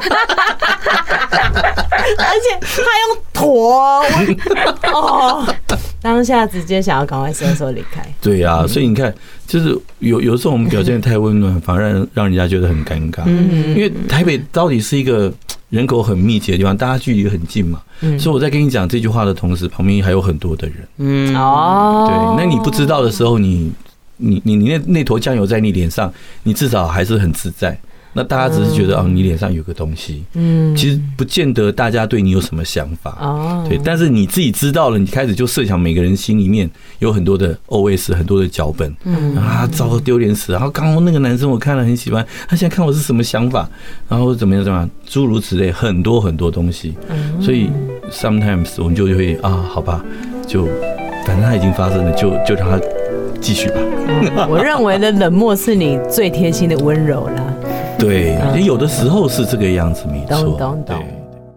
S3: 且他用坨，哦，当下直接想要赶快伸手离开。
S2: 对呀、啊，所以你看，就是有有时候我们表现得太温暖，反而让让人家觉得很尴尬。因为台北到底是一个人口很密集的地方，大家距离很近嘛，所以我在跟你讲这句话的同时，旁边还有很多的人。嗯，哦，对，那你不知道的时候，你。你你你那那坨酱油在你脸上，你至少还是很自在。那大家只是觉得哦，你脸上有个东西，嗯，其实不见得大家对你有什么想法，哦，对。但是你自己知道了，你开始就设想每个人心里面有很多的 O S， 很多的脚本，嗯啊，糟糕丢脸死！然后刚刚那个男生我看了很喜欢，他现在看我是什么想法，然后怎么样怎么样，诸如此类，很多很多东西。所以 sometimes 我们就会啊，好吧，就反正它已经发生了，就就让它。继续吧。
S3: 我认为的冷漠是你最贴心的温柔啦。
S2: 对，有的时候是这个样子，没错。
S3: 懂懂懂。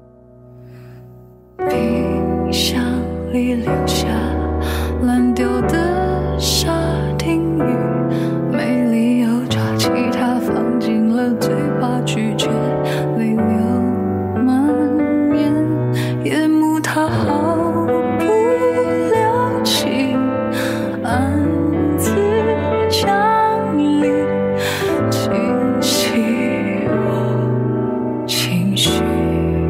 S8: 冰箱里留下烂掉的沙丁鱼，没理由抓起它放进了嘴巴咀嚼，泪流满面，夜幕它毫不留情，暗自降临，清洗我情绪。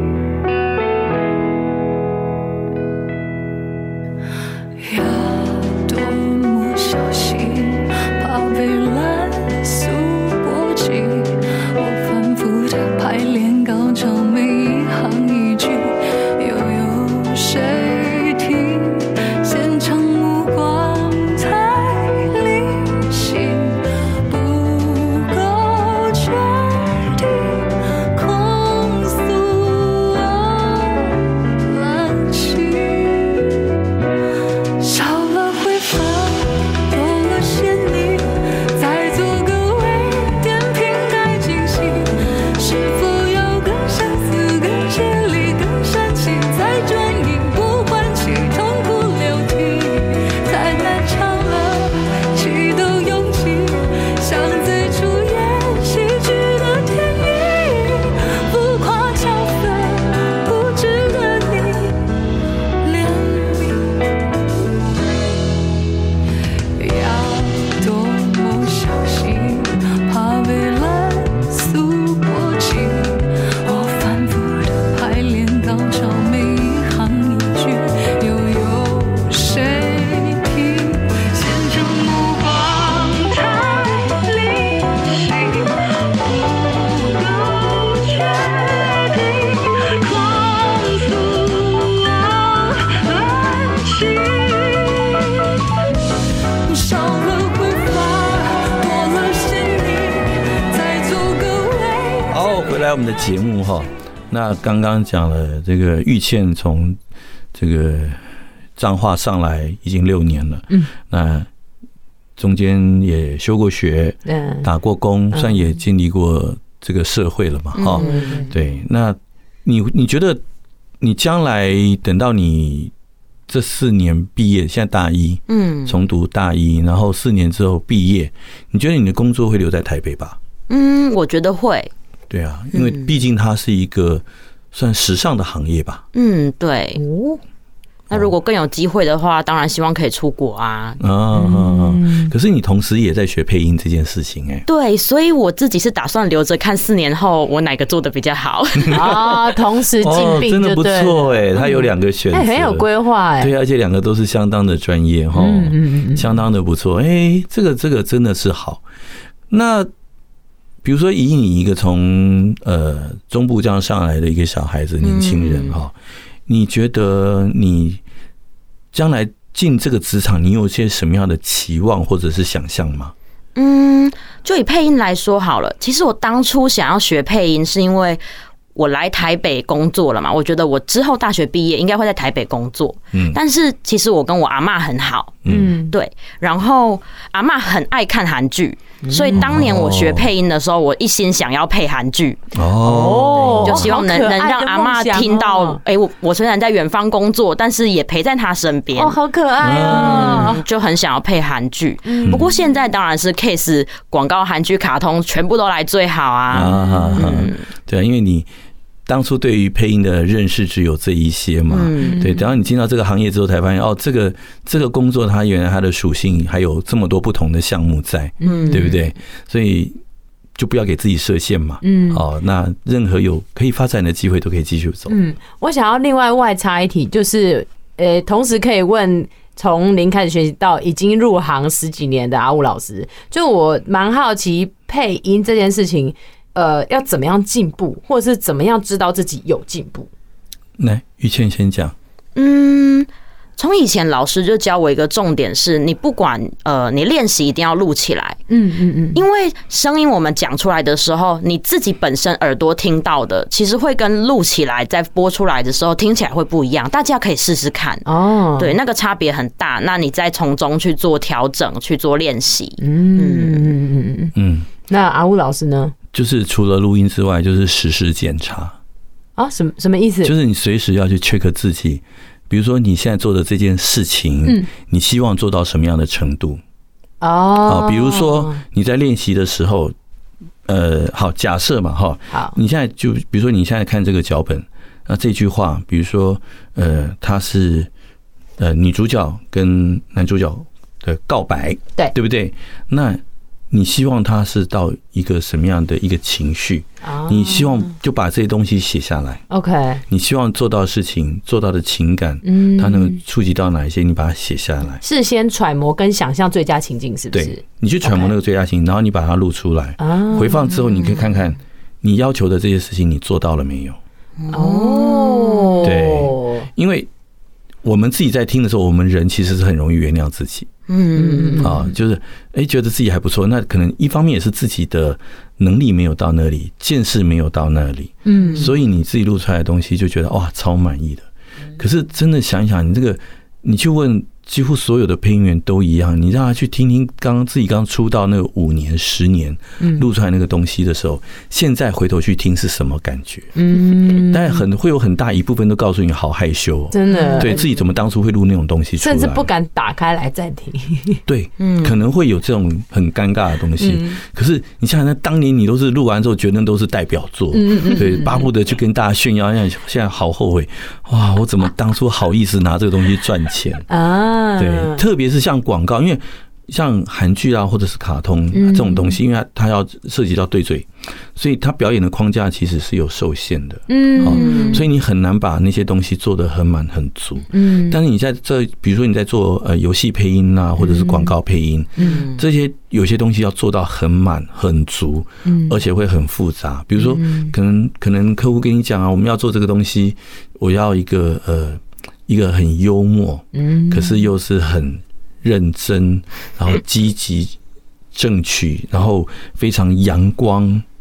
S2: 来我们的节目哈，那刚刚讲了这个玉倩从这个彰化上来已经六年了，嗯，那中间也修过学，嗯，打过工，算也经历过这个社会了嘛，哈、嗯，对，那你你觉得你将来等到你这四年毕业，现在大一，嗯，重读大一，然后四年之后毕业，你觉得你的工作会留在台北吧？
S4: 嗯，我觉得会。对
S2: 啊，因为毕竟它是一个算时尚的行业吧。
S4: 嗯，对。哦，那如果更有机会的话，当然希望可以出国啊。啊、
S2: 嗯，可是你同时也在学配音这件事情哎、欸。
S4: 对，所以我自己是打算留着看四年后我哪个做的比较好
S3: 啊，同时进并、哦、
S2: 真的不错哎、欸，他有两个选择，
S3: 哎、欸，很有规划哎。
S2: 对，而且两个都是相当的专业哈，嗯嗯嗯，相当的不错。哎、欸，这个这个真的是好。那比如说以你一个从呃中部这样上来的一个小孩子、年轻人哈。嗯，你觉得你将来进这个职场，你有些什么样的期望或者是想象吗？
S4: 嗯，就以配音来说好了。其实我当初想要学配音，是因为我来台北工作了嘛。我觉得我之后大学毕业应该会在台北工作。嗯，但是其实我跟我阿嬷很好。嗯，对。然后阿嬷很爱看韩剧。所以当年我学配音的时候，我一心想要配韩剧哦，就希望能能让阿嬷听到，哎、欸，我我虽然在远方工作，但是也陪在她身边。
S3: 哦，好可爱啊、
S4: 嗯！就很想要配韩剧。不过现在当然是 case 广告、韩剧、卡通全部都来最好啊。
S2: 嗯，对啊，因为你当初对于配音的认识只有这一些嘛，嗯、对。等到你进到这个行业之后，才发现哦，这个这个工作它原来它的属性还有这么多不同的项目在，嗯，对不对？所以就不要给自己设限嘛，嗯，哦，那任何有可以发展的机会都可以继续走。
S3: 嗯，我想要另外外插一题，就是呃，同时可以问从零开始学习到已经入行十几年的阿武老师，就我蛮好奇配音这件事情。呃，要怎么样进步，或者是怎么样知道自己有进步？
S2: 来，玉倩先讲。
S4: 嗯，从以前老师就教我一个重点是，你不管呃，你练习一定要录起来。嗯嗯嗯，因为声音我们讲出来的时候，你自己本身耳朵听到的，其实会跟录起来再播出来的时候听起来会不一样。大家可以试试看哦，对，那个差别很大。那你再从中去做调整，去做练习。嗯嗯
S3: 嗯嗯嗯。那阿武老师呢？
S2: 就是除了录音之外，就是实时检查
S3: 啊，什么什么意思？
S2: 就是你随时要去 check 自己，比如说你现在做的这件事情，嗯，你希望做到什么样的程度？哦，比如说你在练习的时候，呃，好，假设嘛，哈，好，你现在就比如说你现在看这个脚本，那这句话，比如说，呃，它是呃女主角跟男主角的告白，
S3: 对，
S2: 对不对？那你希望他是到一个什么样的一个情绪？你希望就把这些东西写下来。
S3: OK，
S2: 你希望做到的事情、做到的情感，嗯，它能触及到哪一些？你把它写下来。
S3: 事先揣摩跟想象最佳情境，是不是？
S2: 对，你去揣摩那个最佳情境，然后你把它录出来，回放之后，你可以看看你要求的这些事情你做到了没有？哦，对，因为我们自己在听的时候，我们人其实是很容易原谅自己。嗯啊，就是哎、欸，觉得自己还不错，那可能一方面也是自己的能力没有到那里，见识没有到那里，嗯，所以你自己录出来的东西就觉得哇，超满意的。可是真的想一想，你这个，你去问几乎所有的配音员都一样，你让他去听听刚刚自己刚出道那个五年、十年录出来那个东西的时候，现在回头去听是什么感觉？嗯，但很会有很大一部分都告诉你好害羞、喔，
S3: 真的，
S2: 对自己怎么当初会录那种东西出来，
S3: 甚至不敢打开来再听。
S2: 对，可能会有这种很尴尬的东西。嗯、可是你想想，当年你都是录完之后，觉得都是代表作，对，巴不得去跟大家炫耀。现在好后悔，哇，我怎么当初好意思拿这个东西赚钱啊？对，特别是像广告，因为像韩剧啊，或者是卡通这种东西，因为它它要涉及到对嘴，所以它表演的框架其实是有受限的。嗯，所以你很难把那些东西做得很满很足。嗯，但是你在这，比如说你在做呃游戏配音啊，或者是广告配音，嗯，这些有些东西要做到很满很足，嗯，而且会很复杂。比如说，可能可能客户跟你讲啊，我们要做这个东西，我要一个呃。一个很幽默，嗯，可是又是很认真，然后积极正取，然后非常阳光，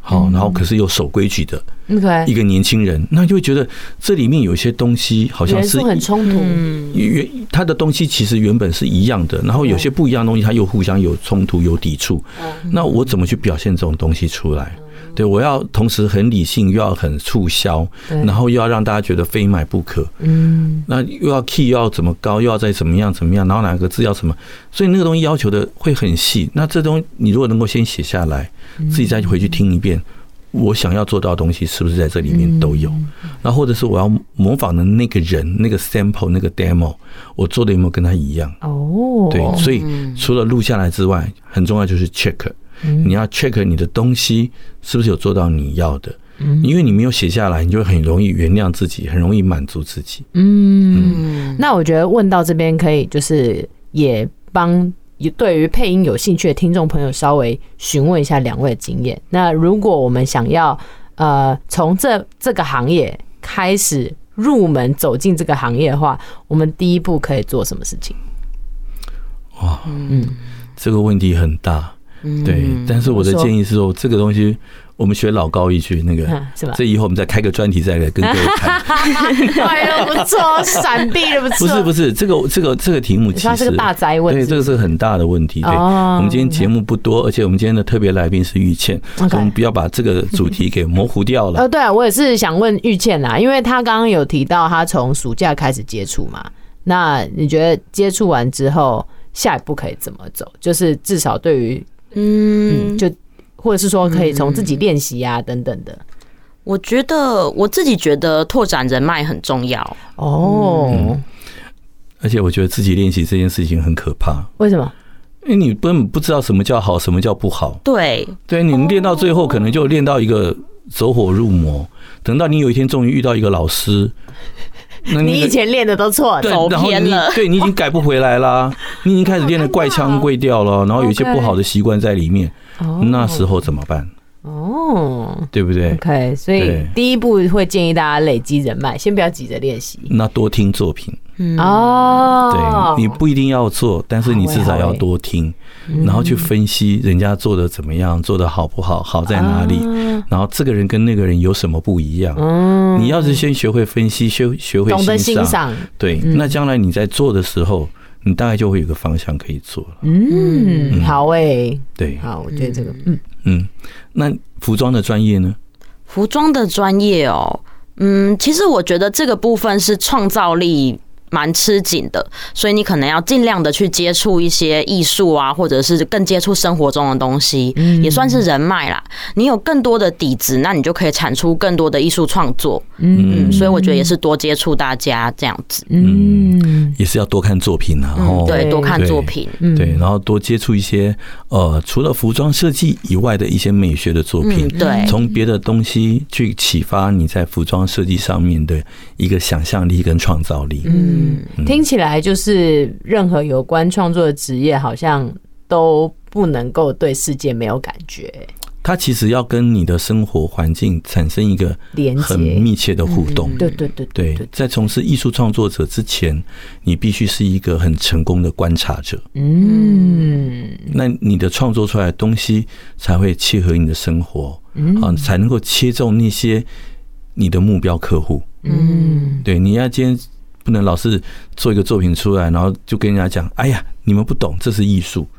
S2: 好，然后可是又守规矩的
S3: OK
S2: 一个年轻人，那就会觉得这里面有一些东西好像是
S3: 元素很冲突，
S2: 原他的东西其实原本是一样的，然后有些不一样的东西，它又互相有冲突、有抵触。那我怎么去表现这种东西出来？对，我要同时很理性，又要很促销，然后又要让大家觉得非买不可。嗯，那又要 key 又要怎么高，又要再怎么样怎么样，然后哪个字要什么，所以那个东西要求的会很细。那这东西你如果能够先写下来，自己再回去听一遍。我想要做到的东西是不是在这里面都有？然后或者是我要模仿的那个人、那个 sample、那个 demo， 我做的有没有跟他一样？哦，对，所以除了录下来之外，很重要就是 check， 你要 check 你的东西是不是有做到你要的。因为你没有写下来，你就很容易原谅自己，很容易满足自己。
S3: 嗯，那我觉得问到这边可以就是也帮。对于配音有兴趣的听众朋友，稍微询问一下两位的经验。那如果我们想要呃从这这个行业开始入门走进这个行业的话，我们第一步可以做什么事情？
S2: 哇，嗯，这个问题很大，对。但是我的建议是说，这个东西我们学老高一句，那个这以后我们再开个专题再来跟各位谈。
S3: 哎呦，不错，闪避的不错。
S2: 不是不是，这个这个这个题目其实
S3: 是个大灾问，
S2: 对，这个是很大的问题。对，我们今天节目不多，而且我们今天的特别来宾是玉倩，我们不要把这个主题给模糊掉了。
S3: 呃，对啊，我也是想问玉倩啦，因为她刚刚有提到她从暑假开始接触嘛，那你觉得接触完之后下一步可以怎么走？就是至少对于嗯，就。或者是说可以从自己练习啊等等的。
S4: 我觉得我自己觉得拓展人脉很重要
S3: 哦、嗯，
S2: 而且我觉得自己练习这件事情很可怕。
S3: 为什么？
S2: 因为你根本不知道什么叫好，什么叫不好。
S4: 对，
S2: 对，你练到最后可能就练到一个走火入魔。等到你有一天终于遇到一个老师，
S3: 那你以前练的都错，走偏了，
S2: 对，你已经改不回来啦。你已经开始练得怪腔怪调了，然后有一些不好的习惯在里面。那时候怎么办？哦，对不对
S3: ？OK， 所以第一步会建议大家累积人脉，先不要急着练习。
S2: 那多听作品。
S3: 嗯哦，
S2: 对，你不一定要做，但是你至少要多听，然后去分析人家做的怎么样，做的好不好，好在哪里，然后这个人跟那个人有什么不一样。嗯，你要是先学会分析，学学会
S3: 懂得欣赏，
S2: 对，那将来你在做的时候。你大概就会有个方向可以做了。
S3: 嗯，好诶、欸，
S2: 对，
S3: 好，我觉得这个，嗯
S2: 嗯，那服装的专业呢？
S4: 服装的专业哦，嗯，其实我觉得这个部分是创造力蛮吃紧的，所以你可能要尽量的去接触一些艺术啊，或者是更接触生活中的东西，也算是人脉啦。你有更多的底子，那你就可以产出更多的艺术创作。嗯，所以我觉得也是多接触大家这样子。
S2: 嗯，也是要多看作品啊。
S4: 嗯，对，多看作品。
S2: 对，然后多接触一些呃，除了服装设计以外的一些美学的作品。
S4: 嗯，对，
S2: 从别的东西去启发你在服装设计上面的一个想象力跟创造力。
S3: 嗯。嗯，听起来就是任何有关创作的职业，好像都不能够对世界没有感觉。
S2: 它其实要跟你的生活环境产生一个很密切的互动。
S3: 对对对
S2: 对，在从事艺术创作者之前，你必须是一个很成功的观察者。嗯，那你的创作出来的东西才会切合你的生活，啊，才能够切中那些你的目标客户。嗯，对，你要今天不能老是做一个作品出来，然后就跟人家讲：“哎呀，你们不懂，这是艺术。”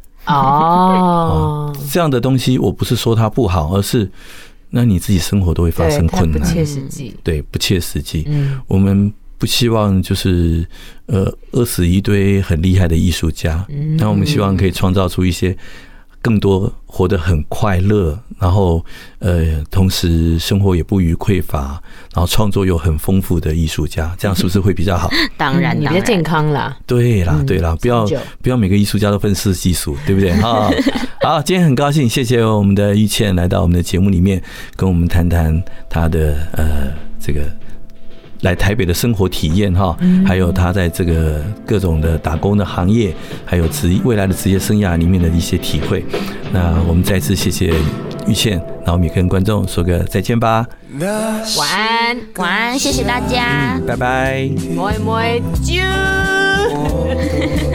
S2: 哦，这样的东西我不是说它不好，而是那你自己生活都会发生困难，
S3: 不切实际。
S2: 对，不切实际。嗯，我们不希望就是呃饿死一堆很厉害的艺术家，那我们希望可以创造出一些更多活得很快乐，然后呃同时生活也不虞匮乏，然后创作又很丰富的艺术家，这样是不是会比较好？
S4: 当然，
S3: 比较健康啦。
S2: 对啦，对啦，不要不要每个艺术家都愤世嫉俗，对不对？哈，好，今天很高兴，谢谢我们的玉倩来到我们的节目里面，跟我们谈谈她的呃这个。来台北的生活体验哈，还有他在这个各种的打工的行业，还有职未来的职业生涯里面的一些体会。那我们再次谢谢玉倩，然后我们也跟观众说个再见吧。
S3: 晚安，
S4: 晚安，谢谢大家，
S2: 拜拜，
S3: 么么啾。